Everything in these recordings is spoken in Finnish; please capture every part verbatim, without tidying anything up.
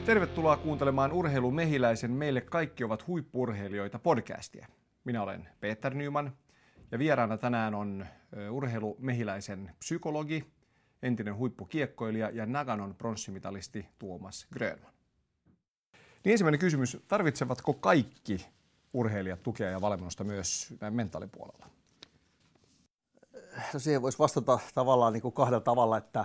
Tervetuloa kuuntelemaan Urheilu Mehiläisen Meille kaikki ovat huippu-urheilijoita podcastia. Minä olen Peter Nyman ja vieraana tänään on Urheilu Mehiläisen psykologi, entinen huippukiekkoilija ja Naganon pronssimitalisti Tuomas Grönman. Niin ensimmäinen kysymys, tarvitsevatko kaikki urheilijat tukea ja valmennusta myös mentaalipuolella? No siihen voisi vastata tavallaan niin kuin kahdella tavalla, että,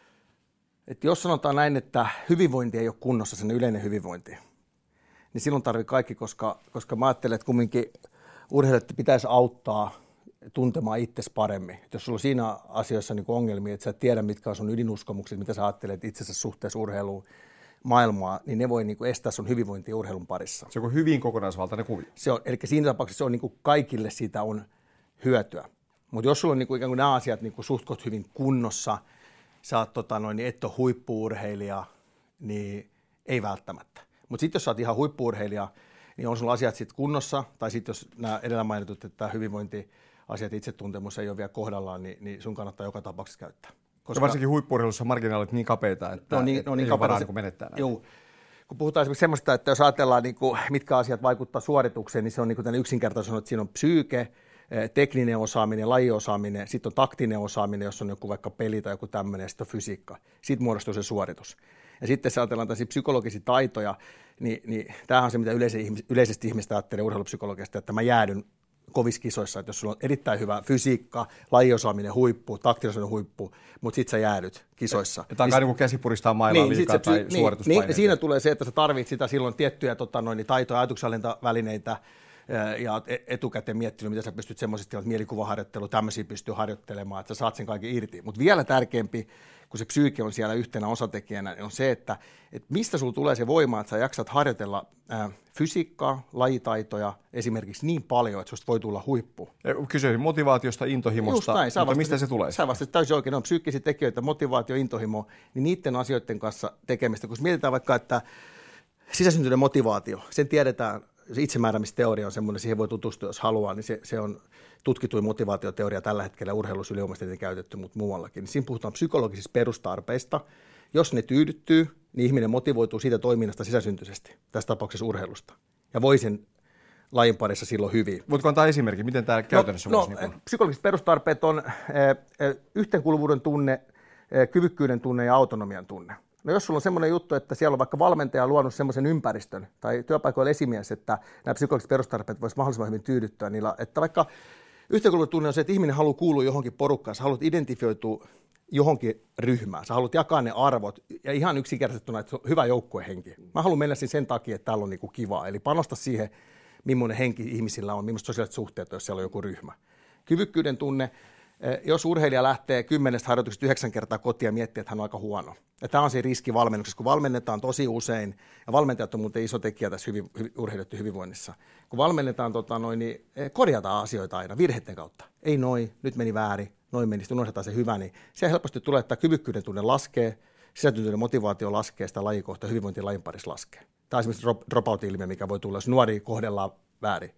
että jos sanotaan näin, että hyvinvointi ei ole kunnossa, sen yleinen hyvinvointi, niin silloin tarvii kaikki, koska, koska mä ajattelen, että kumminkin urheilijat pitäisi auttaa tuntemaan itsesi paremmin. Et jos sulla on siinä asiassa niin kuin ongelmia, että sä et tiedä, mitkä on sun ydinuskomukset, mitä sä ajattelet itsensä suhteessa urheiluun, maailmaa, niin ne voi niin kuin estää sun hyvinvointia urheilun parissa. Se on hyvin kokonaisvaltainen kuvio. Se on, eli siinä tapauksessa se on niin kuin kaikille siitä on hyötyä. Mutta jos sulla on niin kuin ikään kuin nämä asiat niin kuin suht hyvin kunnossa, sä oot, tota, noin, niin et ole huippu-urheilija, niin ei välttämättä. Mutta sitten jos sä oot ihan huippu-urheilija, niin on sulla asiat sitten kunnossa, tai sitten jos nämä edellä mainitut, että tämä hyvinvointiasiat, itsetuntemus ei ole vielä kohdallaan, niin, niin sun kannattaa joka tapauksessa käyttää. Koska varsinkin huippu-urheilussa marginaalit niin kapeita, että no niin, no niin ei kapeita, ole varaa menettää näitä. Joo. Kun puhutaan esimerkiksi semmoista, että jos ajatellaan, niin kuin, mitkä asiat vaikuttaa suoritukseen, niin se on niin kuin yksinkertaisesti, että siinä on psyyke, tekninen osaaminen, lajiosaaminen, sitten on taktinen osaaminen, jos on joku vaikka peli tai joku tämmöinen, ja sitten on fysiikka. Siitä muodostuu se suoritus. Ja sitten jos ajatellaan tällaisia psykologisia taitoja, niin, niin tämähän on se, mitä yleisesti ihmiset ajattelee urheilupsykologiasta, että mä jäädyn kovissa kisoissa, että jos sulla on erittäin hyvä fysiikka, lajiosaaminen huippu, taktinen huippu, mutta sitten sä jäädyt kisoissa. Ja tämä on niin kuin käsi puristaa mailaa niin, liikaa tai niin, suorituspaineita. Niin, siinä tulee se, että sä tarvitset sitä silloin tiettyjä tota, noin, taitoja, ajatuksenhallintavälineitä, ja olet etukäteen miettinyt, mitä sä pystyt semmoisista, että mielikuvaharjoittelu, tämmöisiä pystyy harjoittelemaan, että sä saat sen kaiken irti. Mutta vielä tärkeämpi, kun se psyyke on siellä yhtenä osatekijänä, on se, että, että mistä sulla tulee se voima, että sä jaksat harjoitella ää, fysiikkaa, lajitaitoja esimerkiksi niin paljon, että susta voi tulla huippu. Kysyisin motivaatiosta, intohimosta, näin, mutta vastat, mistä se tulee? Sä vastasit täysin oikein, ne on psyykkisiä tekijöitä, motivaatio, intohimo, niin niiden asioiden kanssa tekemistä. Kun mietitään vaikka, että sisäsyntyinen motivaatio, sen tiedetään, se itsemääräämisteoria on semmoinen, siihen voi tutustua, jos haluaa, niin se, se on tutkituin motivaatioteoria tällä hetkellä urheilussa ylivoimaisesti käytetty, mutta muuallakin. Niin siinä puhutaan psykologisista perustarpeista. Jos ne tyydyttyy, niin ihminen motivoituu siitä toiminnasta sisäsyntyisesti, tässä tapauksessa urheilusta, ja voi sen lajin parissa silloin hyvin. Voitko antaa esimerkki, miten tämä käytännössä no, voisi? No, niin psykologiset perustarpeet on äh, yhteenkuuluvuuden tunne, äh, kyvykkyyden tunne ja autonomian tunne. No jos sulla on semmoinen juttu, että siellä on vaikka valmentaja luonut semmoisen ympäristön tai työpaikoilla esimies, että nämä psykologiset perustarpeet voisivat mahdollisimman hyvin tyydyttyä niillä, että vaikka yhteenkuuluvuuden tunne on se, että ihminen haluaa kuulua johonkin porukkaan, sä haluat identifioitua johonkin ryhmään, sä haluat jakaa ne arvot ja ihan yksinkertaisettuna, että se on hyvä joukkuehenki. Mä haluan mennä siinä sen takia, että täällä on niinku kivaa, eli panosta siihen, millainen henki ihmisillä on, millaiset sosiaaliset suhteet, jos siellä on joku ryhmä. Kyvykkyyden tunne. Jos urheilija lähtee kymmenestä harjoituksesta yhdeksän kertaa kotiin ja miettii, että hän on aika huono. Ja tämä on se riski valmennuksessa, kun valmennetaan tosi usein, ja valmentajat on muuten iso tekijä tässä hyvin, hyvin, urheilijoiden hyvinvoinnissa. Kun valmennetaan, tota, noin, niin korjataan asioita aina virheiden kautta. Ei noin, nyt meni väärin, noin meni, sitten unohdetaan se hyvä, niin se helposti tulee, että kyvykkyyden tunne laskee, sisätyntyinen motivaatio laskee, sitä lajikohtaa, hyvinvointi lajin parissa laskee. Tämä on esimerkiksi dropout-ilmiö, mikä voi tulla, jos nuoria kohdellaan väärin.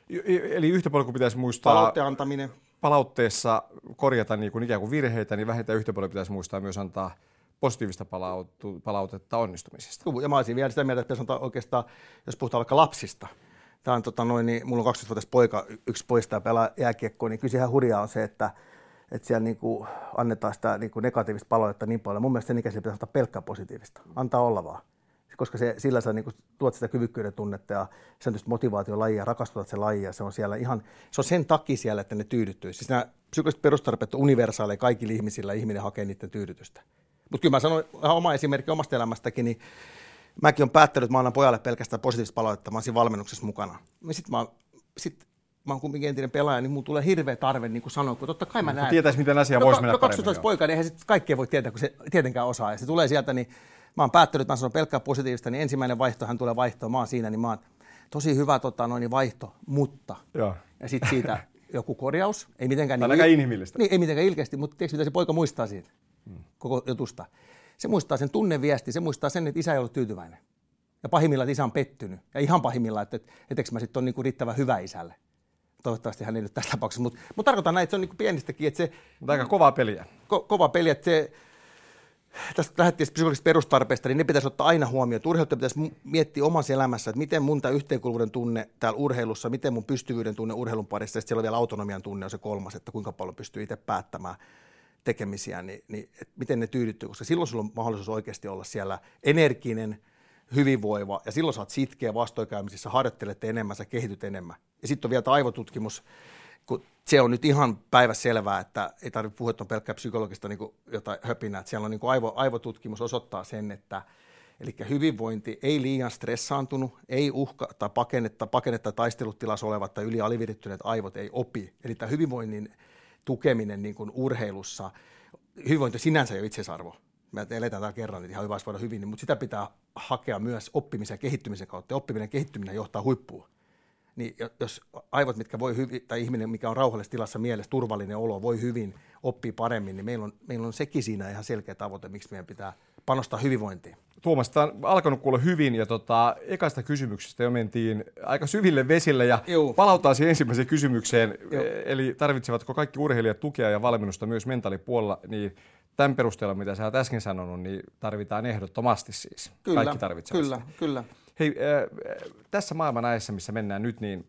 Eli yhtä paljon kuin pitäisi muistaa palautteen antaminen. Palautteessa korjata niin kuin ikään kuin virheitä, niin vähintään yhtä paljon pitäisi muistaa myös antaa positiivista palautetta onnistumisesta. Ja mä olisin vielä sitä mieltä, että pitäisi antaa oikeastaan, jos puhutaan vaikka lapsista. Tämä on, tota, noin, niin, mulla on kaksitoistavuotias poika, yksi poista ja pelaa jääkiekkoa, niin kyllä ihan hurjaa on se, että, että siellä niin kuin annetaan sitä niin kuin negatiivista palautetta niin paljon. Mun mielestä sen ikäisellä pitäisi antaa pelkkää positiivista. Antaa olla vaan. Koska se, sillä sä niin tuot sitä kyvykkyyden tunnetta ja sen motivaation lajia, rakastutat se lajia, se on siellä ihan, se on sen takia siellä, että ne tyydyttyy. Siis nämä psykologiset perustarpeet on universaaleja kaikilla ihmisillä, ihminen hakee niiden tyydytystä. Mutta kyllä mä sanoin ihan oma esimerkki omasta elämästäkin, niin mäkin olen päättänyt, että mä annan pojalle pelkästään positiivista palautetta, mä oon siinä valmennuksessa mukana. Sitten mä, sit, mä oon kumminkin entinen pelaaja, niin mulla tulee hirveä tarve niin kuin sanoa, kun totta kai mä näen. Tietäisi, miten asia no, voisi mennä no, paremmin. kaksitoista poikaa, niin eihän sit kaikkea voi tietää, kun se tietenkään osaa. Ja se tulee sieltä, niin mä oon päättänyt, että mä sanon pelkkää positiivista, niin ensimmäinen vaihto, hän tulee vaihtoon, mä oon siinä, niin mä oon tosi hyvä tota, noin, vaihto, mutta. Joo. Ja sitten siitä joku korjaus, ei mitenkään niin, aika inhimillistä. Niin, ei mitenkään ilkeästi, mutta tiedätkö, mitä se poika muistaa siitä hmm. koko jutusta? Se muistaa sen tunneviesti, se muistaa sen, että isä ei ollut tyytyväinen. Ja pahimmillaan, että isä on pettynyt. Ja ihan pahimmillaan, että, että, että eikö mä sitten ole niin kuin riittävän hyvä isälle. Toivottavasti hän ei nyt tässä tapauksessa, mutta, mutta tarkoitan näin, että se on niin kuin pienistäkin, että se. Mutta aika kovaa peliä. Ko, kova peli, että se. tästä lähdettiin psykologisista perustarpeista, niin ne pitäisi ottaa aina huomioon. Urheilijoiden pitäisi miettiä omassa elämässä, että miten mun tämä yhteenkuuluvuuden tunne täällä urheilussa, miten mun pystyvyyden tunne urheilun parissa, ja sitten siellä on vielä autonomian tunne on se kolmas, että kuinka paljon pystyy itse päättämään tekemisiä, niin, niin miten ne tyydyttyy, koska silloin sulla on mahdollisuus oikeasti olla siellä energinen, hyvinvoiva, ja silloin sä oot sitkeä vastoinkäymisissä, harjoittelet enemmän, sä kehityt enemmän. Ja sitten on vielä tämä aivotutkimus, kun se on nyt ihan päiväselvää, että ei tarvitse puhua, että on pelkkää psykologista niin kuin jotain höpinää, että siellä on niin kuin aivo, aivotutkimus osoittaa sen, että eli hyvinvointi ei liian stressaantunut, ei uhka tai pakennetta, pakennetta taistelutilassa olevat tai yli alivirittyneet aivot ei opi. Eli tämä hyvinvoinnin tukeminen niin kuin urheilussa, hyvinvointi sinänsä jo itseisarvo. Me eletään täällä kerran, että ihan hyvä voida hyvin, mutta sitä pitää hakea myös oppimisen ja kehittymisen kautta. Ja oppiminen ja kehittyminen johtaa huippuun. Niin jos aivot, mitkä voi hyvin, tai ihminen, mikä on rauhallisessa tilassa mielessä, turvallinen olo, voi hyvin, oppii paremmin, niin meillä on, meillä on sekin siinä ihan selkeä tavoite, miksi meidän pitää panostaa hyvinvointiin. Tuomas, tämä on alkanut kuulla hyvin, ja tota, ekasta kysymyksestä jo mentiin aika syville vesille, ja Juu. palauttaa siihen ensimmäiseen kysymykseen, Juu. eli tarvitsevatko kaikki urheilijat tukea ja valmennusta myös mentaalipuolella, niin tämän perusteella, mitä sä oot äsken sanonut, niin tarvitaan ehdottomasti siis. Kyllä, kaikki tarvitsevat kyllä, sitä. kyllä. Hei, äh, tässä maailman ajassa, missä mennään nyt, niin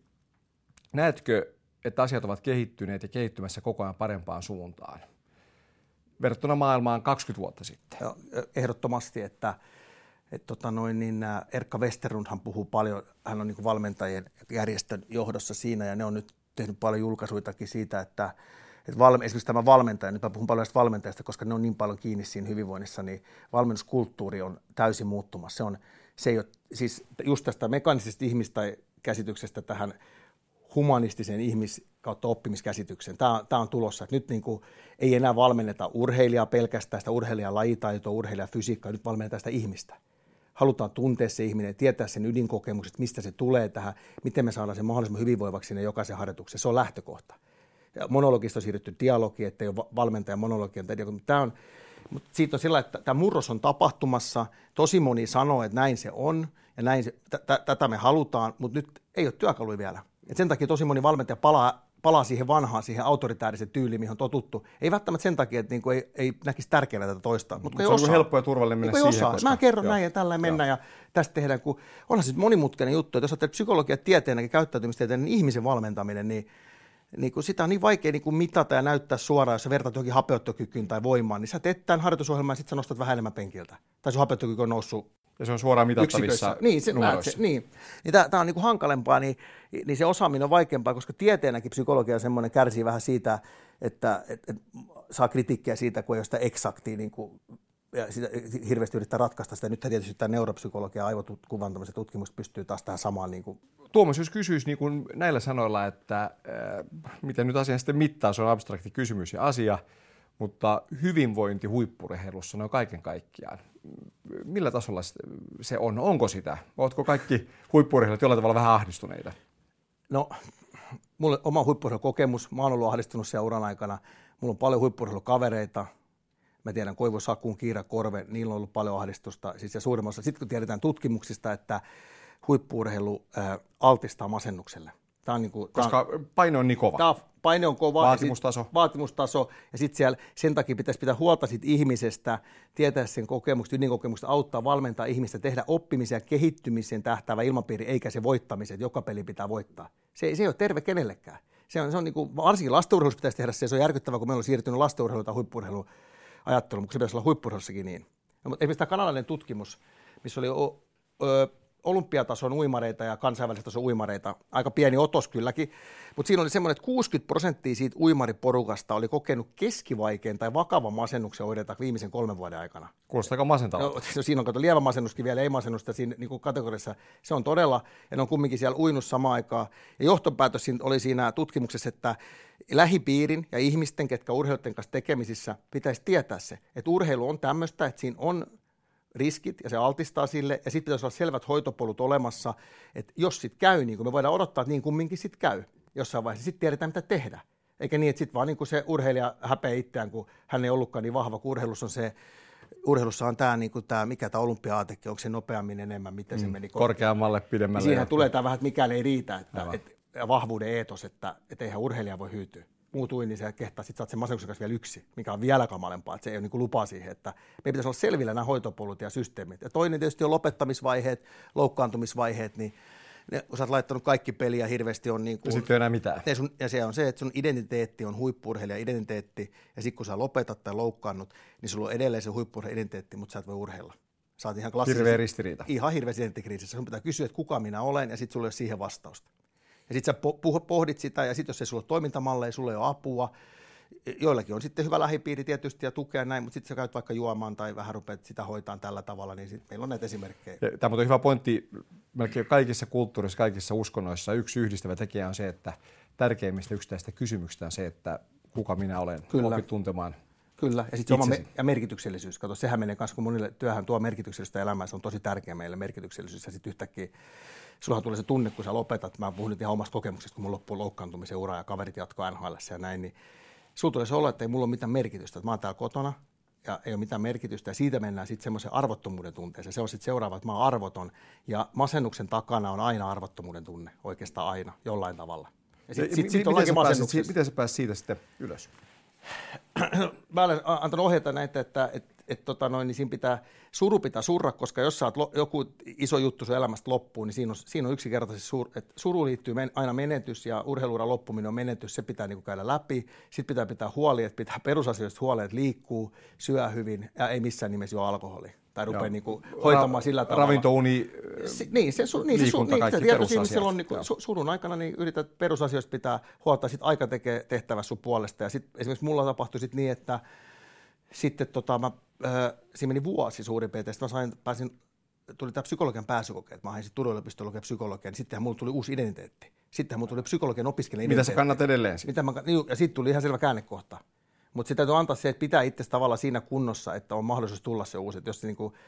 näetkö, että asiat ovat kehittyneet ja kehittymässä koko ajan parempaan suuntaan verrattuna maailmaan kaksikymmentä vuotta sitten? Joo, ehdottomasti, että et, tota noin, niin, Erkka Westerlundhan puhuu paljon, hän on niin kuin valmentajien järjestön johdossa siinä, ja ne on nyt tehnyt paljon julkaisuitakin siitä, että et valme, esimerkiksi tämä valmentaja, nyt mä puhun paljon näistä valmentajista, koska ne on niin paljon kiinni siinä hyvinvoinnissa, niin valmennuskulttuuri on täysin muuttumassa. Se on Se ei ole, siis just tästä mekaanisesta ihmistä käsityksestä tähän humanistiseen ihmis- kautta oppimiskäsitykseen. Tämä, tämä on tulossa, että nyt niin kuin ei enää valmenneta urheilijaa pelkästään, sitä urheilijan lajitaitoa, urheilijan fysiikkaa, nyt valmennetaan sitä ihmistä. Halutaan tuntea se ihminen, tietää sen ydinkokemukset, mistä se tulee tähän, miten me saadaan sen mahdollisimman hyvinvoivaksi sinne jokaisen harjoituksen. Se on lähtökohta. Ja monologista on siirrytty dialogiin, että ei ole valmentajan monologia. Tämä on Mutta siitä on sillä, että tämä murros on tapahtumassa. Tosi moni sanoo, että näin se on ja näin se, t- tätä me halutaan, mutta nyt ei ole työkaluja vielä. Et sen takia tosi moni valmentaja palaa, palaa siihen vanhaan, siihen autoritäärisen tyyliin, mihin on totuttu. Ei välttämättä sen takia, että niinku ei, ei näkisi tärkeänä tätä toistaa. Mutta se on osaa. helppo ja turvallinen mennä siihen. Osaa. Koska... Mä kerron joo. näin ja tällä mennään ja tästä tehdään. Kun onhan se monimutkainen juttu, että jos ajattelee psykologia tieteenäkin käyttäytymistieteen, niin ihmisen valmentaminen, niin Niin kun sitä on niin vaikea niin kun mitata ja näyttää suoraan, jos sä vertaat johonkin hapeuttokykyyn tai voimaan, niin sä teet tämän harjoitusohjelman ja sitten sä nostat vähän enemmän penkiltä. Tai sun hapeuttokyky on noussut ja se on suoraan mitattavissa niin, se, numeroissa. Se, niin, niin tämä on niin kuin hankalempaa, niin, niin se osaaminen on vaikeampaa, koska tieteenäkin psykologia semmoinen kärsii vähän siitä, että et, et, saa kritiikkiä siitä, kun ei ole sitä eksaktia, niin kuin, ja sitä, hirveästi yrittää ratkaista sitä. Nyt tietysti tämä neuropsykologia ja aivokuvantamisen tutkimukset pystyy taas tähän samaan. Niin kuin. Tuomas, jos kysyisi niin kuin näillä sanoilla, että äh, miten nyt asian sitten mittaa, se on abstrakti kysymys ja asia, mutta hyvinvointi huippu-urheilussa, ne on kaiken kaikkiaan. Millä tasolla se on? Onko sitä? Oletko kaikki huippu-urheilijat jollain tavalla vähän ahdistuneita? No, mulla on oma huippu-urheilukokemus. Mä oon ollut ahdistunut siellä uran aikana. Mulla on paljon huippu-urheilukavereita. Mä tiedän Koivu Sakun, Kiira Korve, niillä on ollut paljon ahdistusta. Siis ja suurimmassa, sitten kun tiedetään tutkimuksista, että huippu-urheilu äh, altistaa masennukselle. Tää on niin kuin, Koska tää on, paine on niin kova. Tää, paine on kova. Vaatimustaso. Ja sit, vaatimustaso. Ja sitten siellä sen takia pitäisi pitää huolta siitä ihmisestä, tietää sen kokemukset, ydinkokemukset, auttaa, valmentaa ihmistä, tehdä oppimisen ja kehittymiseen tähtäävä ilmapiiri, eikä se voittamisen, että joka peli pitää voittaa. Se, se ei ole terve kenellekään. Se on, se on niin kuin, varsinkin lastenurheilussa pitäisi tehdä se, se on järkyttävää, kun meillä on siirtynyt lastenurheilu tai huippu-urheilu ajattelu, mutta se pitäisi olla huippu-urheilussakin niin. No, mutta esimerkiksi tämä kanalainen tutkimus, missä oli o, ö, olympiatason uimareita ja kansainvälisen tason uimareita, aika pieni otos kylläkin, mutta siinä oli semmoinen, että kuusikymmentä prosenttia siitä uimariporukasta oli kokenut keskivaikean tai vakavan masennuksen oireita viimeisen kolmen vuoden aikana. Kuulostaa aika masentavalta. No, siinä on kato lievä masennuskin vielä, ei masennusta siinä niin kategoriassa. Se on todella, ja ne on kumminkin siellä uinut samaan aikaan. Ja johtopäätös oli siinä tutkimuksessa, että lähipiirin ja ihmisten, ketkä urheilijoiden kanssa tekemisissä, pitäisi tietää se, että urheilu on tämmöistä, että siinä on riskit ja se altistaa sille, ja sitten pitäisi olla selvät hoitopolut olemassa, että jos sit käy, niin kuin me voidaan odottaa, että niin kumminkin sit käy jossain vaiheessa, sitten tiedetään mitä tehdä. Eikä niin, että sitten vaan niin kuin se urheilija häpeä itseään, kun hän ei ollutkaan niin vahva, kun urheilussa on se, urheilussa on tämä, niin kuin tämä mikä tämä olympia-aatekin, onko se nopeammin enemmän, miten se meni. Korkeammalle, pidemmälle. Siihen tulee tämä vähän, että mikään ei riitä, että, että vahvuuden eetos, että, että eihän urheilija voi hyytyä. muutuin, niin sä kehtaa, sit saat sen masennuksen kanssa vielä yksi, mikä on vielä kamalempaa, että se ei ole niin lupaa siihen, että meidän pitäisi olla selvillä nämä hoitopolut ja systeemit. Ja toinen tietysti on lopettamisvaiheet, loukkaantumisvaiheet, niin ne, kun sä oot laittanut kaikki peliä hirveästi on niin kuin... Ja sitten ei enää mitään. Sun, ja se on se, että sun identiteetti on huippu-urheilija identiteetti, ja sitten kun sä lopetat tai loukkaannut, niin sulla on edelleen se huippu-urheilija identiteetti, mutta sä et voi urheilla. Sä oot ihan klassisesti... Hirveä ristiriita. Ihan hirveä identiteettikriisissä. Sun pitää kysyä, että kuka minä olen, ja sitten sulla ei ole siihen vastausta. Ja sitten sä pohdit sitä, ja sitten jos ei sulla ole toimintamalleja, sulla ei ole apua, joillakin on sitten hyvä lähipiiri tietysti ja tukea näin, mutta sitten sä käyt vaikka juomaan tai vähän rupeat sitä hoitaan tällä tavalla, niin sit meillä on näitä esimerkkejä. Tämä on hyvä pointti. Melkein kaikissa kulttuurissa, kaikissa uskonnoissa yksi yhdistävä tekijä on se, että tärkeimmistä yksittäisistä kysymyksistä on se, että kuka minä olen, opit tuntemaan. Kyllä, ja sitten oma me- ja merkityksellisyys. Kato, sehän menee kanssa, kun monille työhän tuo merkityksellistä elämää, se on tosi tärkeä meille merkityksellisyys. Ja sitten yhtäkkiä sullahan tulee se tunne, kun sä lopetat, mä puhun nyt ihan omasta kokemuksesta, kun mun loppuu loukkaantumisen ura ja kaverit jatkoa N H L:ssä ja näin, niin sulla tulee se olo, että ei mulla ole mitään merkitystä, että mä oon täällä kotona ja ei ole mitään merkitystä ja siitä mennään sitten semmoisen arvottomuuden tunteeseen. Se on sitten seuraava, että mä oon arvoton ja masennuksen takana on aina arvottomuuden tunne, oikeastaan aina, jollain tavalla. Ja sit, sit, sit miten, sä pääsit, miten sä pääsit siitä sitten ylös? Mä olen antanut ohjeita näitä, että et, et, tota noin, niin siinä pitää, suru pitää surra, koska jos sä oot lo, joku iso juttu sun elämästä loppuun, niin siinä on, siinä on yksinkertaisesti sur, että suru liittyy men, aina menetys ja urheiluuran loppuminen on menetys, se pitää niin kuin käydä läpi. Sitten pitää pitää huoli, että pitää perusasioista huoli, että liikkuu, syö hyvin ja ei missään nimessä juo alkoholia. Tai rupeaa niinku hoitamaan Ra- sillä tavalla. Ravintouni, si- niin, se, su- niin, liikunta, se, kaikki niin, perusasiat. Silloin niin su- surun aikana niin yrität perusasioista pitää huolta, sitten aika tekee tehtävä sun puolesta. Ja sit, esimerkiksi mulla tapahtui sit niin, että sitten tota, mä, äh, siinä meni vuosi suurin piirtein, sitten mä sain, pääsin, tuli tämä psykologian pääsykokeet, mä hain sitten Turun yliopistolla lukea psykologian, niin sittenhän mulla tuli uusi identiteetti. Sittenhän mulla tuli psykologian opiskelijan identiteetti. Mitä sä kannat edelleen? Mitä mä, niin, ja sitten tuli ihan selvä käännekohta. Mutta sitä täytyy antaa se, että pitää itse tavallaan siinä kunnossa, että on mahdollisuus tulla se uusi. Että jos se niinku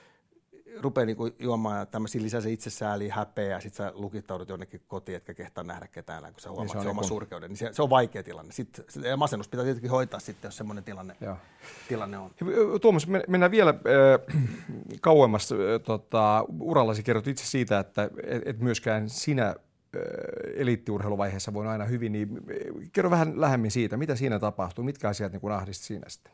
rupeaa niinku juomaan tämmöisiä lisää se itsesääliä, häpeä, ja sitten sä lukittaudut jonnekin kotiin, etkä kehtaa nähdä ketään, kun sä huomaat niin se, se oma surkeuden. Niin se, se on vaikea tilanne. Sitten, ja masennus pitää tietenkin hoitaa sitten, jos semmoinen tilanne, tilanne on. Tuomas, mennään vielä äh, kauemmas. Äh, tota, urallasi kerrot itse siitä, että et, et myöskään sinä eliittiurheiluvaiheessa voi aina hyvin, niin kerro vähän lähemmin siitä, mitä siinä tapahtuu, mitkä asiat niin ahdisti siinä sitten?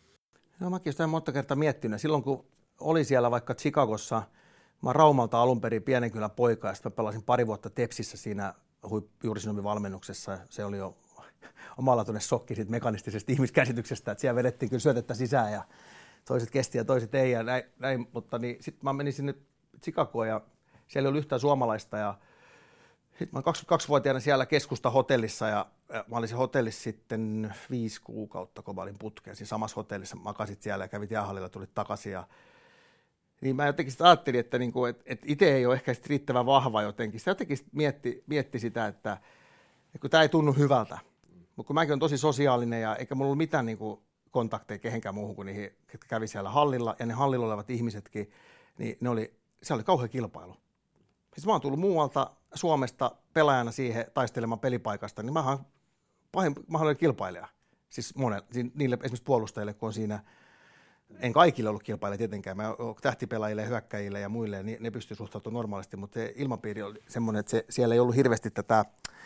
No mäkin olen monta kertaa miettinyt. Silloin kun oli siellä vaikka Chicagossa, mä oon Raumalta alun perin pienen kylän poika, ja sitten mä pelasin pari vuotta Tepsissä siinä juuri sinun valmennuksessa. Se oli jo omalaatuinen shokki siitä mekanistisesta ihmiskäsityksestä, että siellä vedettiin kyllä syötettä sisään ja toiset kesti ja toiset ei ja näin, näin. Mutta niin, sitten mä menin sinne Chicagoon ja siellä ei ollut yhtään suomalaista ja sitten mä olen kaksikymmentäkaksivuotiaana siellä keskusta-hotellissa ja mä olin se hotellissa sitten viisi kuukautta, kun mä olin putkeen. Siinä samassa hotellissa makasit siellä ja kävit jäähallilla, tulit takaisin. Ja niin mä jotenkin sitä ajattelin, että, niinku, että, että itse ei ole ehkä riittävän vahva jotenkin. Sitä jotenkin mietti, mietti sitä, että, että kun tämä ei tunnu hyvältä. Mutta kun mäkin olen tosi sosiaalinen ja eikä mulla ollut mitään niinku kontakteja kehenkään muuhun kuin niihin, ketkä kävi siellä hallilla. Ja ne hallilla olevat ihmisetkin, niin ne oli, se oli kauhean kilpailu. Siis mä oon tullut muualta Suomesta pelaajana siihen taistelemaan pelipaikasta, niin mä oon pahin mahdollinen kilpailija. Siis monelle, niille esimerkiksi puolustajille, kun on siinä, en kaikille ollut kilpailija tietenkään, mä tähtipelaajille, hyökkäjille ja muille, niin ne pystyy suhtautumaan normaalisti, mutta se ilmapiiri oli semmoinen, että se, siellä ei ollut hirveästi tätä,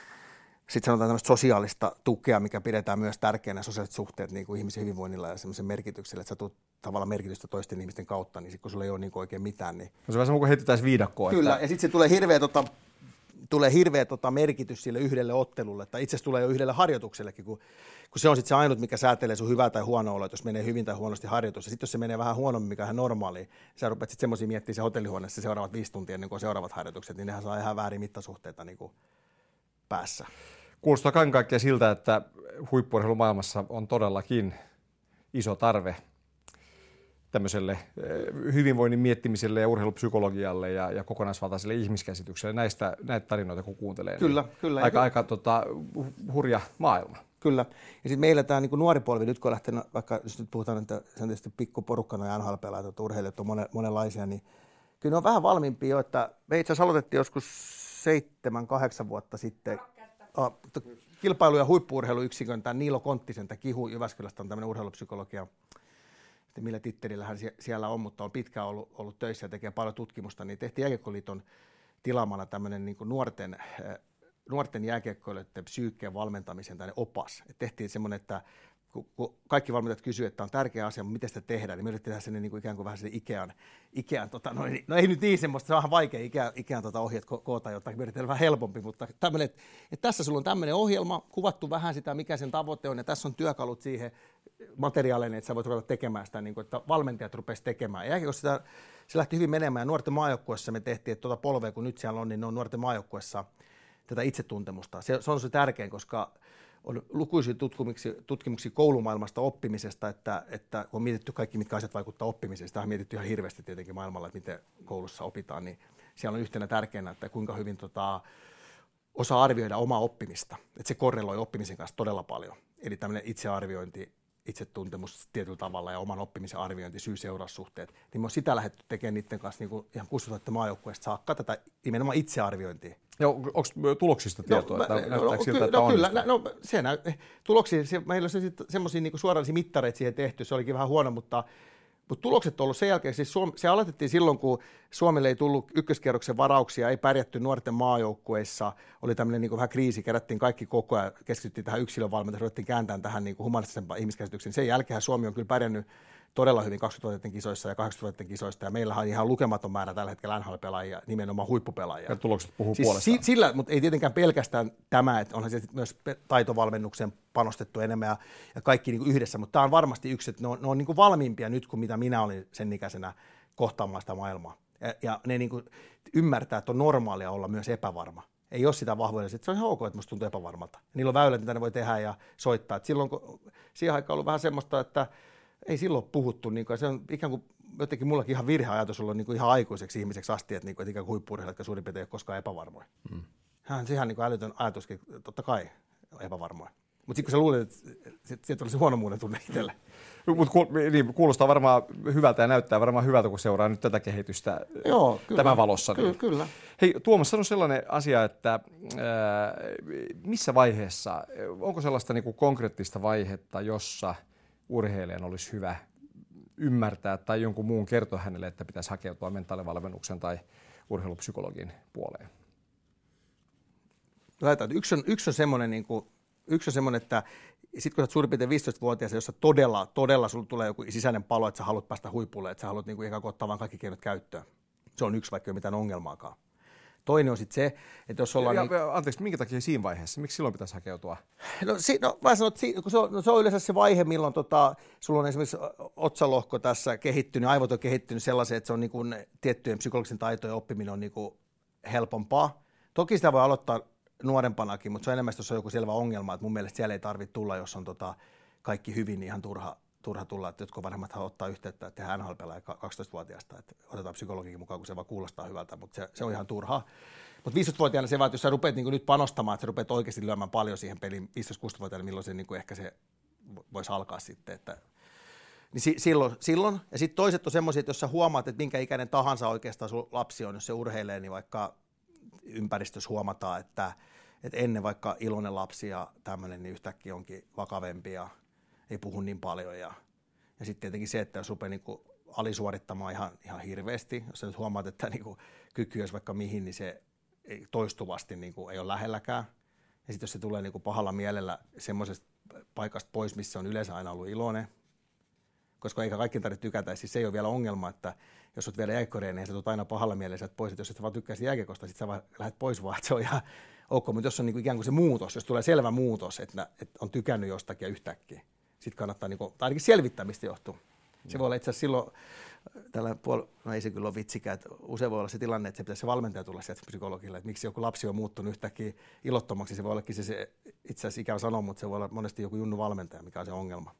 sitten sanotaan tämmöistä sosiaalista tukea, mikä pidetään myös tärkeänä, sosiaaliset suhteet niin kuin ihmisen hyvinvoinnilla ja semmoisen merkityksellä, että sä tulet tavallaan merkitystä toisten ihmisten kautta, niin sit, kun sulla ei ole niin oikein mitään. Niin... No se on vähän sama kuin heitetään viidakkoa. Kyllä, että... ja sitten se tulee hirveä, tota, tulee hirveä tota, merkitys sille yhdelle ottelulle, tai itse asiassa tulee jo yhdelle harjoituksellekin, kun, kun se on sitten se ainut, mikä säätelee sun hyvää tai huonoa oloa, jos menee hyvin tai huonosti harjoitus. Ja sitten jos se menee vähän huonommin, mikä on ihan normaalia, niin sä rupeat sitten semmoisia miettimään se hotellihuoneessa seuraavat viisi tuntia ennen kuin seuraavat harjoitukset, niin nehän saa ihan väärin mittasuhteita niin kuin päässä. Kuulostaa kaiken kaikkiaan siltä, että huippu-urheilumaailmassa on todellakin iso tarve tämmöiselle hyvinvoinnin miettimiselle ja urheilupsykologialle ja, ja kokonaisvaltaiselle ihmiskäsitykselle. Näistä, näitä tarinoita kun kuuntelee, kyllä, niin kyllä, aika, kyllä. aika tota, hurja maailma. Kyllä. Ja sitten meillä tämä niin nuori polvi, nyt kun on lähtenyt, vaikka jos nyt puhutaan, että se on tietysti pikkuporukkana ja N H L-pelaajat, että urheilijat on monen, monenlaisia, niin kyllä ne on vähän valmiimpia jo, että me itse asiassa aloitettiin joskus seitsemän, kahdeksan vuotta sitten oh, kilpailu- ja huippu-urheiluyksikön, tämä Niilo Konttisen, tämä Kihu Jyväskylästä on tämmöinen urheilupsykologia, millä tittelillä hän siellä on, mutta on pitkään ollut, ollut töissä ja tekee paljon tutkimusta, niin tehtiin Jääkiekkoliiton tilaamana tämmöinen niin kuin nuorten nuorten jääkiekkoilijoiden psyykkeen valmentamisen tänne opas. Et tehtiin semmoinen, että kun, kun kaikki valmentajat kysyivät, että on tärkeä asia, mutta miten sitä tehdään, niin me yritettiin tehdä sen niin kuin ikään kuin vähän sen Ikean, Ikean tota, no, no ei nyt niin semmoista, se on vähän vaikea Ikean, Ikean tota, ohjeet ko- koota jotain, me yritetään vähän helpompi, mutta tämmöinen, että, että tässä sulla on tämmöinen ohjelma, kuvattu vähän sitä, mikä sen tavoite on, ja tässä on työkalut siihen materiaaleinen, että sä voit ruveta tekemään sitä, niin kuin, että valmentajat rupesivat tekemään. Ja kun sitä, se lähti hyvin menemään, ja nuorten maajoukkuessa me tehtiin, että tuota polvea, kun nyt siellä on, niin ne on nuorten maajoukkuessa tätä itsetuntemusta. Se, se on se tärkein, koska on lukuisia tutkimuksia, tutkimuksia koulumaailmasta oppimisesta, että, että on mietitty kaikki, mitkä asiat vaikuttaa oppimiseen. Sitä on mietitty ihan hirveästi tietenkin maailmalla, että miten koulussa opitaan, niin siellä on yhtenä tärkeänä, että kuinka hyvin tota, osaa arvioida omaa oppimista. Että se korreloi oppimisen kanssa todella paljon. Eli tämmöinen itsearviointi, itsetuntemus tietyllä tavalla ja oman oppimisen arviointi, syy-seuraussuhteet, niin me on sitä lähdetty tekemään niiden kanssa niin kuin ihan kuusitoista maajoukkueesta saakka tätä nimenomaan itsearviointia. Ja onko tuloksista tietoa, no, että no, näyttääkö no, siltä, no, että no, on kyllä, no, se näy, tuloksia, se, meillä on semmoisia niin suorallisia mittareita siihen tehty, se olikin vähän huono, mutta, mutta tulokset on ollut sen jälkeen, siis Suom, se aloitettiin silloin, kun Suomelle ei tullut ykköskierroksen varauksia, ei pärjätty nuorten maajoukkueissa, oli tämmöinen niin kuin vähän kriisi, kerättiin kaikki koko ajan, keskityttiin tähän yksilövalmentaan, ruvettiin kääntämään tähän niin kuin humanistisempaan ihmiskäsitykseen. Sen jälkeen Suomi on kyllä pärjännyt todella hyvin kaksikymmentä kisoissa ja kahdeksankymmentä kisoista, ja meillähän on ihan lukematon määrä tällä hetkellä N H L-pelaajia, nimenomaan huippupelaajia. Ja tulokset puhuu siis puolestaan. Si- sillä, mutta ei tietenkään pelkästään tämä, että onhan se myös taitovalmennuksen panostettu enemmän ja, ja kaikki niin kuin yhdessä, mutta tämä on varmasti yksi, että ne on, ne on niin kuin valmiimpia nyt kuin mitä minä olin sen ikäisenä kohtaamaan sitä maailmaa. Ja, ja ne niin kuin ymmärtää, että on normaalia olla myös epävarma. Ei ole sitä vahvuudella, että se on ihan ok, että musta tuntuu epävarmalta. Ja niillä on väylät, mitä ne voi tehdä ja soittaa. Et silloin, kun siihen aikaan on ollut vähän semmoista, että ei silloin puhuttu, niin kuin, se on ikään kuin jotenkin mullakin ihan virheajatus ollut niin kuin ihan aikuiseksi ihmiseksi asti, että, niin kuin, että ikään kuin huippu-urheilijat, jotka suurin piirtein ei ole koskaan epävarmoja. Mm. Hän on ihan niin kuin älytön ajatuskin, totta kai epävarmoja. Mutta sitten kun sä luulet, että sieltä olisi huonomuuden tunne itselle. Mutta niin, kuulostaa varmaan hyvältä ja näyttää varmaan hyvältä, kun seuraa nyt tätä kehitystä. Joo, kyllä, tämän valossa. Kyllä, niin. kyllä. Hei Tuomas, sano sellainen asia, että ää, missä vaiheessa, onko sellaista niin kuin konkreettista vaihetta, jossa urheilijan olisi hyvä ymmärtää tai jonkun muun kertoa hänelle, että pitäisi hakeutua mentaalivalmennuksen tai urheilupsykologin puoleen? Laitaan, yksi on, yksi on semmoinen, niin kuin, yksi on semmoinen, että sitten kun sä oot suurin piirtein viisitoistavuotias, jossa todella, todella sulla tulee joku sisäinen palo, että sä haluat päästä huipulle, että sä haluat niin kuin ikään kuin ottaa vaan kaikki keinot käyttöön. Se on yksi, vaikka ei ole mitään ongelmaakaan. Toinen on sitten se, että jos ollaan... Ja, niin... Anteeksi, minkä takia siinä vaiheessa? Miksi silloin pitäisi hakeutua? No, si, no mä sanon, että si, kun se, on, no, se on yleensä se vaihe, milloin tota, sulla on esimerkiksi otsalohko tässä kehittynyt, aivot on kehittynyt sellaisen, että se on niin kuin tiettyjen psykologisen taitojen oppiminen on niin kuin helpompaa. Toki sitä voi aloittaa nuorempanakin, mutta se on enemmän, jos on joku selvä ongelma, että mun mielestä siellä ei tarvitse tulla, jos on tota, kaikki hyvin, niin ihan turha, turha tulla, että jotkut vanhemmat ottaa yhteyttä, että tehdään N H L-pelaaja kaksitoistavuotiaasta, että otetaan psykologikin mukaan, kun se vaan kuulostaa hyvältä, mutta se, se on ihan turhaa. Mutta viisitoistavuotiaana se vaan, että jos sä rupeat niin nyt panostamaan, että sä rupeat oikeasti lyömään paljon siihen peliin viisitoista-kuusitoistavuotiaana, milloin se niin ehkä se voisi alkaa sitten, että niin si, silloin, silloin. Ja sitten toiset on semmoisia, että jos sä huomaat, että minkä ikäinen tahansa oikeastaan sun lapsi on, jos se urheilee, niin vaikka ympäristössä huomataan, että, että ennen vaikka iloinen lapsi ja tämmöinen, niin yhtäkkiä onkin vakavempi ja ei puhu niin paljon. Ja, ja sitten tietenkin se, että jos rupeaa niin kuin alisuorittamaan ihan, ihan hirveästi, jos sä nyt huomaat, että niin kuin kyky olisi vaikka mihin, niin se ei, toistuvasti niin kuin ei ole lähelläkään. Ja sitten jos se tulee niin kuin pahalla mielellä semmoisesta paikasta pois, missä on yleensä aina ollut iloinen, koska eikä kaikkien tarvitse tykätä, siis se ei ole vielä ongelma, että jos olet vielä jääkiekkoreinen, niin sä tulet aina pahalla mielellä pois, että jos et vaan tykkäisi jääkiekosta, sitten sä vaan lähdet pois vaan, että se on ihan ok, mutta jos on niin kuin ikään kuin se muutos, jos tulee selvä muutos, että, että on tykännyt jostakin ja yhtäkkiä, sitten kannattaa, niin kuin, tai ainakin selvittää, mistä johtuu. Se voi olla itse asiassa silloin, tällä puolella, no ei se kyllä ole vitsikään, että usein voi olla se tilanne, että se pitäisi se valmentaja tulla sieltä psykologille, että miksi joku lapsi on muuttunut yhtäkkiä ilottomaksi, se voi ollakin se, se itse asiassa ikään sanoa, mutta se voi olla monesti joku junnu valmentaja, mikä on se ongelma.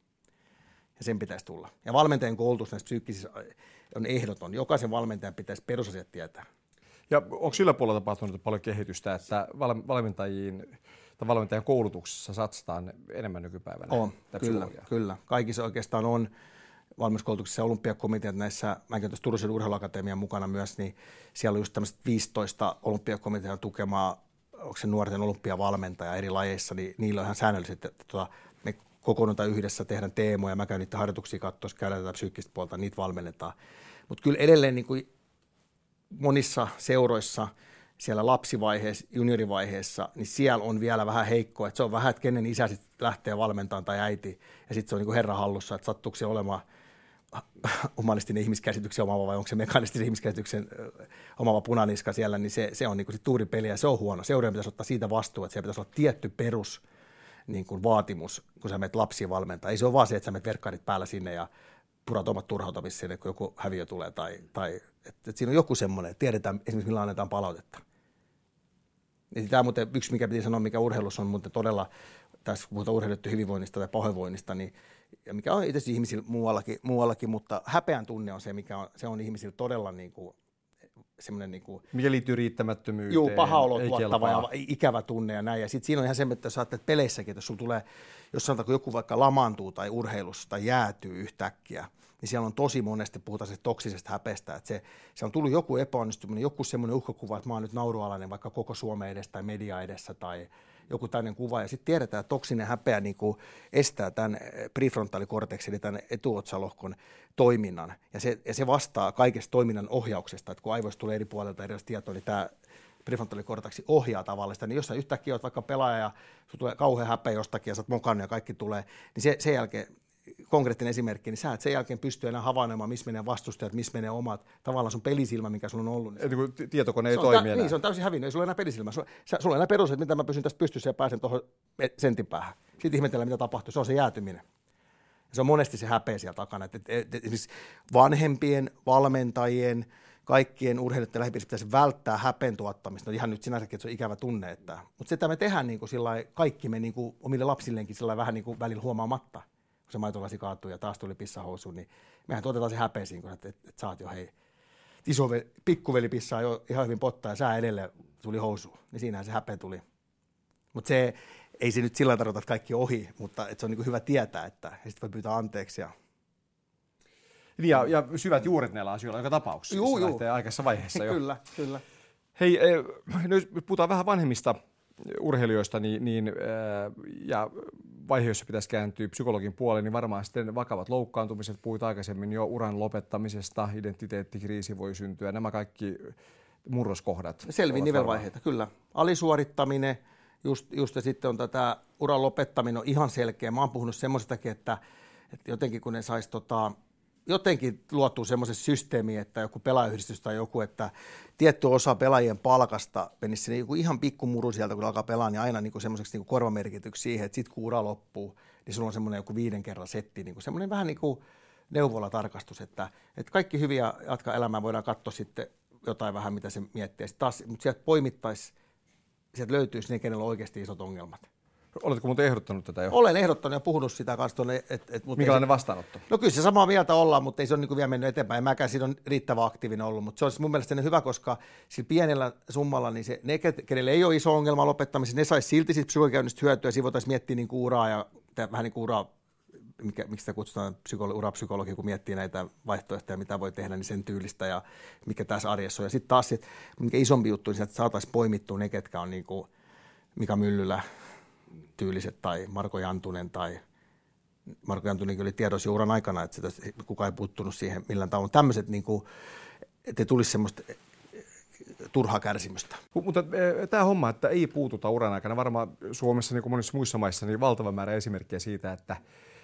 Ja sen pitäisi tulla. Ja valmentajan koulutus näissä psyykkisissä on ehdoton. Jokaisen valmentajan pitäisi perusasiat tietää. Ja onko sillä puolella tapahtunut paljon kehitystä, että valmentajiin tai valmentajan koulutuksessa satsataan enemmän nykypäivänä? On, kyllä, kyllä. Kaikissa oikeastaan on valmennuskoulutuksessa ja olympiakomiteat näissä, mäkin tuossa Turun urheiluakatemian mukana myös, niin siellä on just tämmöiset viisitoista olympiakomitean tukemaa, onko se nuorten olympiavalmentaja eri lajeissa, niin niillä on ihan säännöllisesti, että tuota, me kokoonnutaan yhdessä, tehdään teemoja, mä käyn niitä harjoituksia katsoa, käydään tätä psyykkistä puolta, niitä valmennetaan. Mutta kyllä edelleen niin kuin monissa seuroissa siellä lapsivaiheessa, juniorivaiheessa, niin siellä on vielä vähän heikkoa, että se on vähän, että kenen isä sitten lähtee valmentamaan tai äiti, ja sitten se on niin kuin herran hallussa, että sattuuko se olemaan humanistinen ihmiskäsityksen omaava vai onko se mekanistinen ihmiskäsityksen omaava punaniska siellä, niin se, se on niin kuin sit tuuripeli ja se on huono. Seurojen pitäisi ottaa siitä vastuu, että siellä pitäisi olla tietty perus niin kuin vaatimus, kun sä menet lapsia valmentaa. Ei se ole vaan se, että sä menet verkkarit päällä sinne ja purat omat turhautamista sinne, kun joku häviö tulee. Tai, tai että, että siinä on joku semmoinen, että tiedetään esimerkiksi millä annetaan palautetta. Ja tämä muuten yksi, mikä piti sanoa, mikä urheilussa on, mutta todella, tässä kun puhutaan urheilijoiden hyvinvoinnista tai pahoinvoinnista, niin ja mikä on itse asiassa ihmisillä muuallakin, muuallakin, mutta häpeän tunne on se, mikä on, se on ihmisillä todella niin kuin, semmoinen niin kuin, mikä liittyy riittämättömyyteen. Juu, paha olo tuottava ja ikävä tunne ja näin. Ja sitten siinä on ihan se, että jos ajattelet peleissäkin, että jos sulla tulee, jos sanotaan, kun joku vaikka lamaantuu tai urheilussa tai jäätyy yhtäkkiä, niin siellä on tosi monesti, puhutaan se toksisesta häpeästä, että se, se on tullut joku epäonnistuminen, joku semmoinen uhkakuva, että mä oon nyt naurualainen vaikka koko Suomen edessä tai media edessä tai joku tämmöinen kuva, ja sitten tiedetään, että toksinen häpeä niin kuin estää tämän prefrontaalikorteksin, eli tämän etuotsalohkon toiminnan, ja se, ja se vastaa kaikesta toiminnan ohjauksesta, että kun aivoista tulee eri puolilta erilaista tietoa, niin tämä prefrontaalikorteksi ohjaa tavallista, niin jos sä yhtäkkiä oot vaikka pelaaja, ja sulla tulee kauhean häpeä jostakin, ja sä oot mokannut, ja kaikki tulee, niin se, sen jälkeen, konkreettinen esimerkki, niin sä et sen jälkeen pysty enää havainnoimaan, missä menee vastustajat, missä menee omat, tavallaan sun pelisilmä, mikä sulla on ollut. Niin se, tietokone ei se toimi tä, enää. Niin, se on täysin hävinnyt, ei sulla enää pelisilmä. Sulla, sulla on enää perus, että mitä mä pysyn tästä pystyssä ja pääsen tuohon sentin päähän. Sitten ihmetellään, mitä tapahtuu. Se on se jäätyminen. Ja se on monesti se häpeä siellä takana. Että, että, että esimerkiksi vanhempien, valmentajien, kaikkien urheilijoiden lähipiirissä pitäisi välttää häpeen tuottamista. No ihan nyt sinänsäkin, että se on ikävä tunne. Että, mutta sitä me tehdään niin kuin sillai, kaikki me niin kuin, omille lapsilleenkin sillai, vähän niin kuin välillä huomaamatta. Kun se maitolasi kaatuu ja taas tuli pissahousuun, niin mehän tuotetaan se häpeisiin, kun että, että, että sä oot jo hei, isoveli, pikkuveli pissaa jo ihan hyvin pottaa ja sä edelleen tuli housuun, niin siinähän se häpeä tuli. Mutta se ei se nyt sillä tarkoita, että kaikki on ohi, mutta että se on niin kuin hyvä tietää, että sitten voi pyytää anteeksi. Ja, ja, ja syvät juuret näillä asioilla joka tapauksessa. Juu, juu. Aikaisessa vaiheessa jo. Kyllä, kyllä. Hei, nyt puhutaan vähän vanhemmista urheilijoista, niin, niin, ja vaihe, jossa pitäisi kääntyä psykologin puoleen, niin varmaan sitten vakavat loukkaantumiset, puhuit aikaisemmin jo uran lopettamisesta, identiteettikriisi voi syntyä, nämä kaikki murroskohdat. Selviä nivelvaiheita, kyllä. Alisuorittaminen, just, just ja sitten on tätä uran lopettaminen on ihan selkeä. Mä oon puhunut semmoisestakin, että, että jotenkin kun ne saisi tota, jotenkin luotua semmoisen systeemiin, että joku pelaajayhdistys tai joku, että tietty osa pelaajien palkasta menisi sinne joku ihan pikkumuru sieltä, kun alkaa pelaa, niin aina niin semmoiseksi niin korvamerkityksi siihen, että sitten kun ura loppuu, niin sulla on semmoinen joku viiden kerran setti, niin semmoinen vähän niin kuin neuvolatarkastus, että, että kaikki hyviä jatkaa elämää, voidaan katsoa sitten jotain vähän, mitä se miettii. Sitten taas, mutta sieltä poimittaisi, sieltä löytyisi ne, kenellä on oikeasti isot ongelmat. Oletko muuten ehdottanut tätä jo? Olen ehdottanut ja puhunut sitä kanssa tuonne. Et, et, Minkälainen vastaanotto? No kyllä se samaa mieltä ollaan, mutta ei se ole niin kuin vielä mennyt eteenpäin. Mäkään siinä on riittävän aktiivinen ollut, mutta se olisi mun mielestä hyvä, koska sillä pienellä summalla niin se, ne, kenelle ei ole iso ongelma lopettamisessa, ne saisi silti siitä psykologiakäynnistä hyötyä ja siinä voitaisiin miettiä niin kuin uraa ja vähän niin kuin uraa, mikä, miksi sitä kutsutaan psykolo, urapsykologi, kun miettii näitä vaihtoehtoja, mitä voi tehdä, niin sen tyylistä ja mikä tässä arjessa on. Ja sitten taas, sit, mikä isompi juttu, niin että saataisiin poimittua ne, ketkä on niin kuin Mika Myllylä tyyliset tai Marko Jantunen tai Marko Jantunenkin oli tiedossa uran aikana, että sitä, kukaan ei puuttunut siihen millään tavalla. Tämmöiset, niin kuin, ettei tulisi semmoista turhaa kärsimystä. Mutta tämä homma, että ei puututa uran aikana, varmaan Suomessa niin kuin monissa muissa maissa niin valtava määrä esimerkkejä siitä, että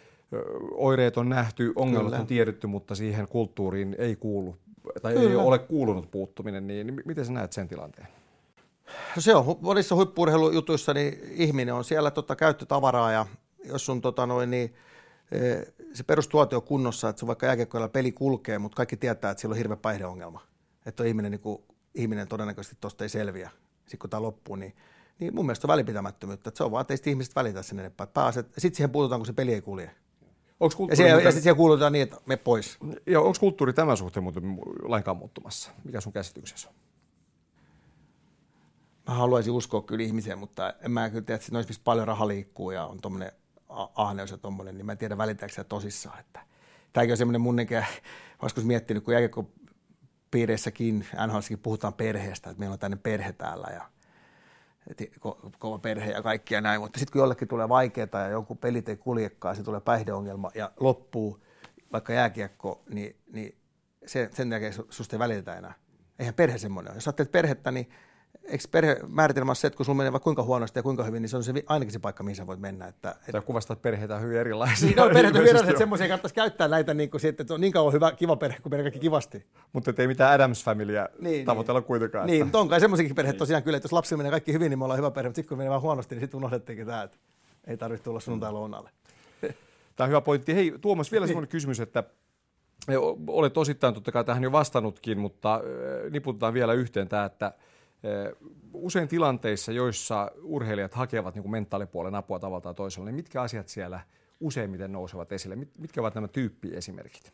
oireet on nähty, ongelmat Kyllä. on tiedetty, mutta siihen kulttuuriin ei kuulu tai Kyllä. ei ole kuulunut puuttuminen, niin miten sä näet sen tilanteen? No se on monissa huippu-urheilujutuissa, niin ihminen on siellä tota, käyttötavaraa ja jos sun tota, noin, niin, se perustuote on kunnossa, että sun vaikka jääkiekkoilla peli kulkee, mutta kaikki tietää, että sillä on hirveä päihdeongelma. Että ihminen, niin kuin, ihminen todennäköisesti tuosta ei selviä, sitten kun tämä loppuu, niin, niin mun mielestä on välipitämättömyyttä. Että se on vaan, että ei ihmiset välitä sen enempää. Sitten siihen puututaan, kun se peli ei kulje. Ja, siellä, ja sitten siihen kuulutaan niin, että me pois. Ja onko kulttuuri tämän suhteen muuten lainkaan muuttumassa? Mikä sun käsityksessä on? Mä haluaisin uskoa kyllä ihmiseen, mutta en mä kyllä tiedä, että siinä olisi paljon raha liikkuu ja on tuommoinen ahneus ja tuommoinen, niin mä en tiedä välitäänkö se tosissaan. Että tämäkin on semmoinen mun enkä, joskus miettinyt, kun jääkiekkopiireissäkin, N H L:ssäkin puhutaan perheestä, että meillä on tänne perhe täällä ja ko- kova perhe ja kaikki ja näin, mutta sitten kun jollekin tulee vaikeaa ja joku pelit ei kuljekaan, se tulee päihdeongelma ja loppuu vaikka jääkiekko, niin, niin se, sen jälkeen susta ei välitetä enää. Eihän perhe semmoinen ole. Jos ajattelet perhettä, niin eikö perhemääritelmä se, että kun sulla menee vaikka kuinka huonosti ja kuinka hyvin, niin se on se, ainakin se paikka, mihin sä voit mennä. Että, et... Tai kuvastaa, että perheitä on hyvin erilaisia. Niin, no, perheitä on hyvin erilaisia, että semmoisia kannattaisi käyttää näitä, niin kuin, että on niin kauan hyvä, kiva perhe, kun menee kaikki kivasti. Mutta ei mitään Adams Familyä niin, tavoitella niin. kuitenkaan. Niin, mutta on kai semmoisiakin perheet tosiaan kyllä, että jos lapsilla menee kaikki hyvin, niin me ollaan hyvä perhe, mutta sitten kun menee vaan huonosti, niin sitten unohdettiinkin tämä, että ei tarvitse tulla sunnuntai lounalle. Tämä on hyvä pointti. Hei Tuomas, vielä semmoinen kysymys, että olet osittain totta kai tähän jo vastannutkin, mutta niputetaan vielä yhteen tämä, että usein tilanteissa, joissa urheilijat hakevat niin kuin mentaalipuolen apua tavalla tai toisella, niin mitkä asiat siellä useimmiten nousevat esille? Mitkä ovat nämä tyyppiesimerkit?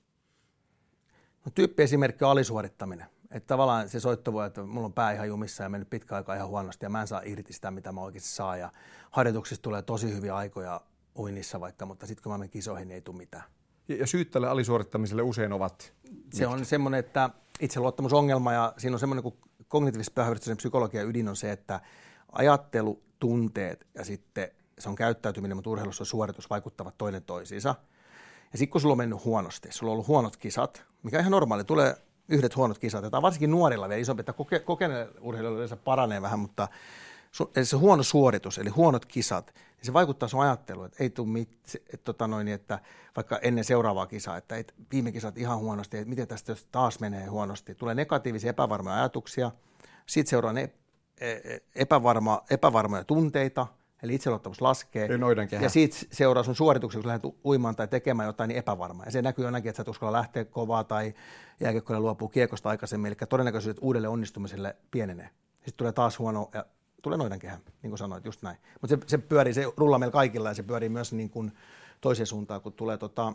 No, tyyppiesimerkki on alisuorittaminen. Että tavallaan se soitto voi, että mulla on pää ihan jumissa ja mennyt pitkä aika ihan huonosti ja mä en saa irti sitä, mitä mä oikeasti saa. Ja harjoituksissa tulee tosi hyviä aikoja uinnissa vaikka, mutta sitten kun mä menen kisoihin, niin ei tule mitään. Ja syyt tälle alisuorittamiselle usein ovat? Se mitkä? On semmoinen, että itseluottamusongelma ja siinä on semmoinen, kun kognitiivisesti behavioristisen psykologian ydin on se, että ajattelu, tunteet ja sitten se on käyttäytyminen, mutta urheilussa on suoritus vaikuttavat toinen toisiinsa. Ja sitten kun sulla on mennyt huonosti, sulla on ollut huonot kisat, mikä on ihan normaali, tulee yhdet huonot kisat, ja tämä on varsinkin nuorilla vielä isompi, että koke, kokeneilla urheilijoilla yleensä paranee vähän, mutta se huono suoritus, eli huonot kisat, niin se vaikuttaa sun ajatteluun, että ei tule mit, että, tota noin, että vaikka ennen seuraavaa kisaa, että et, viime kisat ihan huonosti, että miten tästä jos taas menee huonosti. Tulee negatiivisia epävarmoja ajatuksia, sitten seuraa ne epävarma, epävarmoja tunteita, eli itseluottamus laskee. Ja siitä seuraa sun suorituksia, kun lähdet uimaan tai tekemään jotain, niin epävarmaa. Ja se näkyy ainakin, että sä et uskalla lähteä kovaa tai jääkiekkoille luopuu kiekosta aikaisemmin, eli todennäköisyydet uudelle onnistumiselle pienenee. Sitten tulee taas huono ja tulee noidankehä, niin kuin sanoit, just näin. Mutta se, se pyörii, se rullaa meillä kaikilla ja se pyörii myös niin kuin toiseen suuntaan, kun tulee, tota,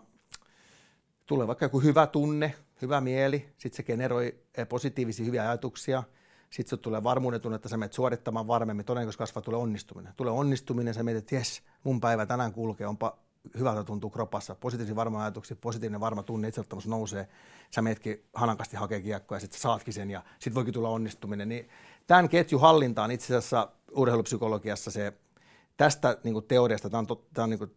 tulee vaikka joku hyvä tunne, hyvä mieli, sitten se generoi positiivisia hyviä ajatuksia, sitten se tulee varmuuden tunne, että sä menet suorittamaan varmemmin, todennäköisesti kasvaa, tulee onnistuminen. Tulee onnistuminen, sä mietit, että jes, mun päivä tänään kulkee, onpa hyvältä tuntuu kropassa, positiivisia varma ajatuksia, positiivinen varma tunne, itseluottamus nousee, sä menetkin hanakasti hakee kiekkoa ja sitten saatkin sen ja sitten voikin tulla onnistuminen. Niin tämän ketjun hallinta on itse asiassa urheilupsykologiassa se, tästä niin kuin teoriasta, tämä on, to, tämä on niin kuin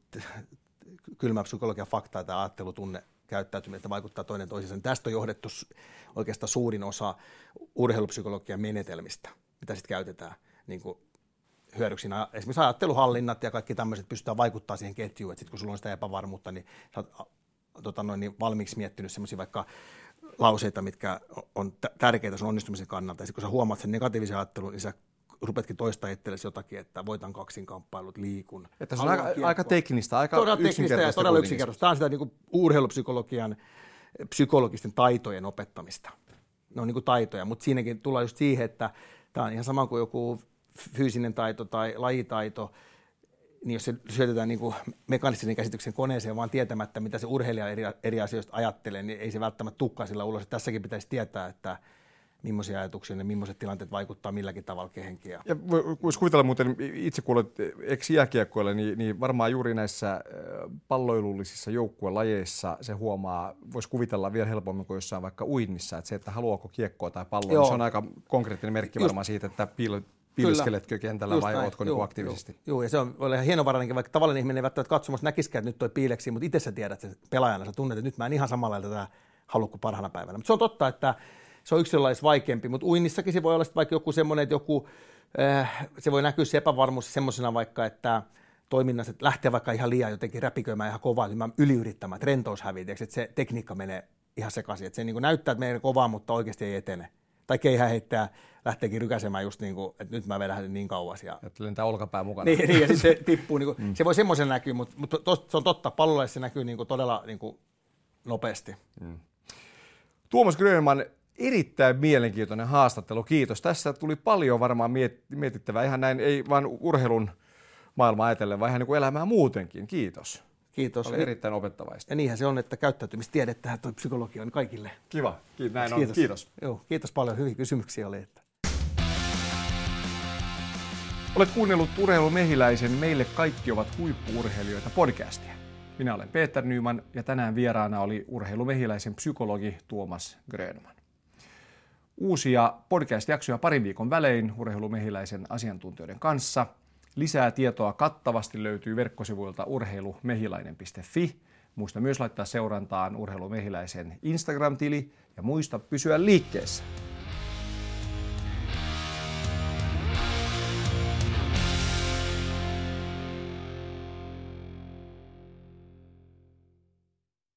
kylmä psykologian fakta, tämä ajattelutunne, käyttäytyminen, että vaikuttaa toinen toisiinsa. Tästä on johdettu oikeastaan suurin osa urheilupsykologian menetelmistä, mitä sitten käytetään niin kuin hyödyksi. Esimerkiksi ajatteluhallinnat ja kaikki tämmöiset pystytään vaikuttamaan siihen ketjuun, että sitten kun sulla on sitä epävarmuutta, niin sä oot tota noin, niin valmiiksi miettinyt semmoisia vaikka lauseita, mitkä on tärkeitä sun onnistumisen kannalta. Ja sitten kun sä huomaat sen negatiivisen ajattelun, niin sä rupetkin toistaa itsellesi jotakin, että voitan kaksinkamppailut, liikun. Että se on aika, aika teknistä, aika todella yksinkertaista. Teknistä ja todella yksinkertaista. Tämä on sitä niin kuin urheilupsykologian psykologisten taitojen opettamista. Ne on niin kuin taitoja, mutta siinäkin tullaan just siihen, että tämä on ihan sama kuin joku fyysinen taito tai lajitaito, niin jos se syötetään niin kuin mekanistisen käsityksen koneeseen vaan tietämättä, mitä se urheilija eri, eri asioista ajattelee, niin ei se välttämättä tukkaa sillä ulos. Tässäkin pitäisi tietää, että millaisia ajatuksia ja millaiset tilanteet vaikuttaa milläkin tavalla kehenkin. Ja voisi kuvitella muuten, itse kun olet ex-jääkiekkoilla, niin, niin varmaan juuri näissä palloilullisissa joukkuelajeissa se huomaa, voisi kuvitella vielä helpommin kuin jossain vaikka uinnissa, että se, että haluaako kiekkoa tai palloa, niin se on aika konkreettinen merkki just varmaan siitä, että piil- piileskeletkö kentällä vai näin. Ootko niin aktiivisesti. Joo, ja se on ihan hienovarainenkin, vaikka tavallinen ihminen ei välttämättä katsomassa näkisikään, että nyt toi piileksi, mutta itse sä tiedät sen pelaajana, sä tunnet, että nyt mä en ihan samalla lailla tätä halua kuin parhaana päivänä. Mutta se on totta, että se on yksilöllä vaikeampi, mutta uinnissakin se voi olla vaikka joku semmoinen, että joku, äh, se voi näkyä se epävarmuus semmoisena vaikka, että toiminnassa että lähtee vaikka ihan liian jotenkin räpiköimään ihan kovaa, niin mä yliyrittämään, että rentous hävii, että se tekniikka menee ihan sekaisin, että se niin kuin näyttää, että menee kovaa, mutta oikeasti ei etene. Tai keihää heittää, lähteekin rykäsemään just niin kuin, että nyt mä vedän niin kauas. Ja että lentää olkapää mukana. Niin, niin ja sitten se tippuu, niin kuin, mm. se voi semmoisen näkyä, mutta, mutta tos, se on totta, pallolle se näkyy niin kuin todella niin kuin nopeasti. Mm. Tuomas Grönman, erittäin mielenkiintoinen haastattelu, kiitos. Tässä tuli paljon varmaan mietittävää, ihan näin, ei vain urheilun maailmaa ajatellen, vaan ihan niin kuin elämää muutenkin. Kiitos. Kiitos. Oli erittäin opettavaista. Ja niinhän se on, että käyttäytymistiedettä toi psykologia on kaikille. Kiva, kiitos. Näin kiitos. On. Kiitos. Joo, kiitos paljon, hyviä kysymyksiä oli. Että. Olet kuunnellut Urheilu Mehiläisen Meille kaikki ovat huippu-urheilijoita podcastia. Minä olen Peter Nyman ja tänään vieraana oli Urheilu Mehiläisen psykologi Tuomas Grönman. Uusia podcast-jaksoja parin viikon välein Urheilu Mehiläisen asiantuntijoiden kanssa. Lisää tietoa kattavasti löytyy verkkosivuilta urheilumehiläinen piste fi. Muista myös laittaa seurantaan Urheilu Mehiläisen Instagram-tili ja muista pysyä liikkeessä.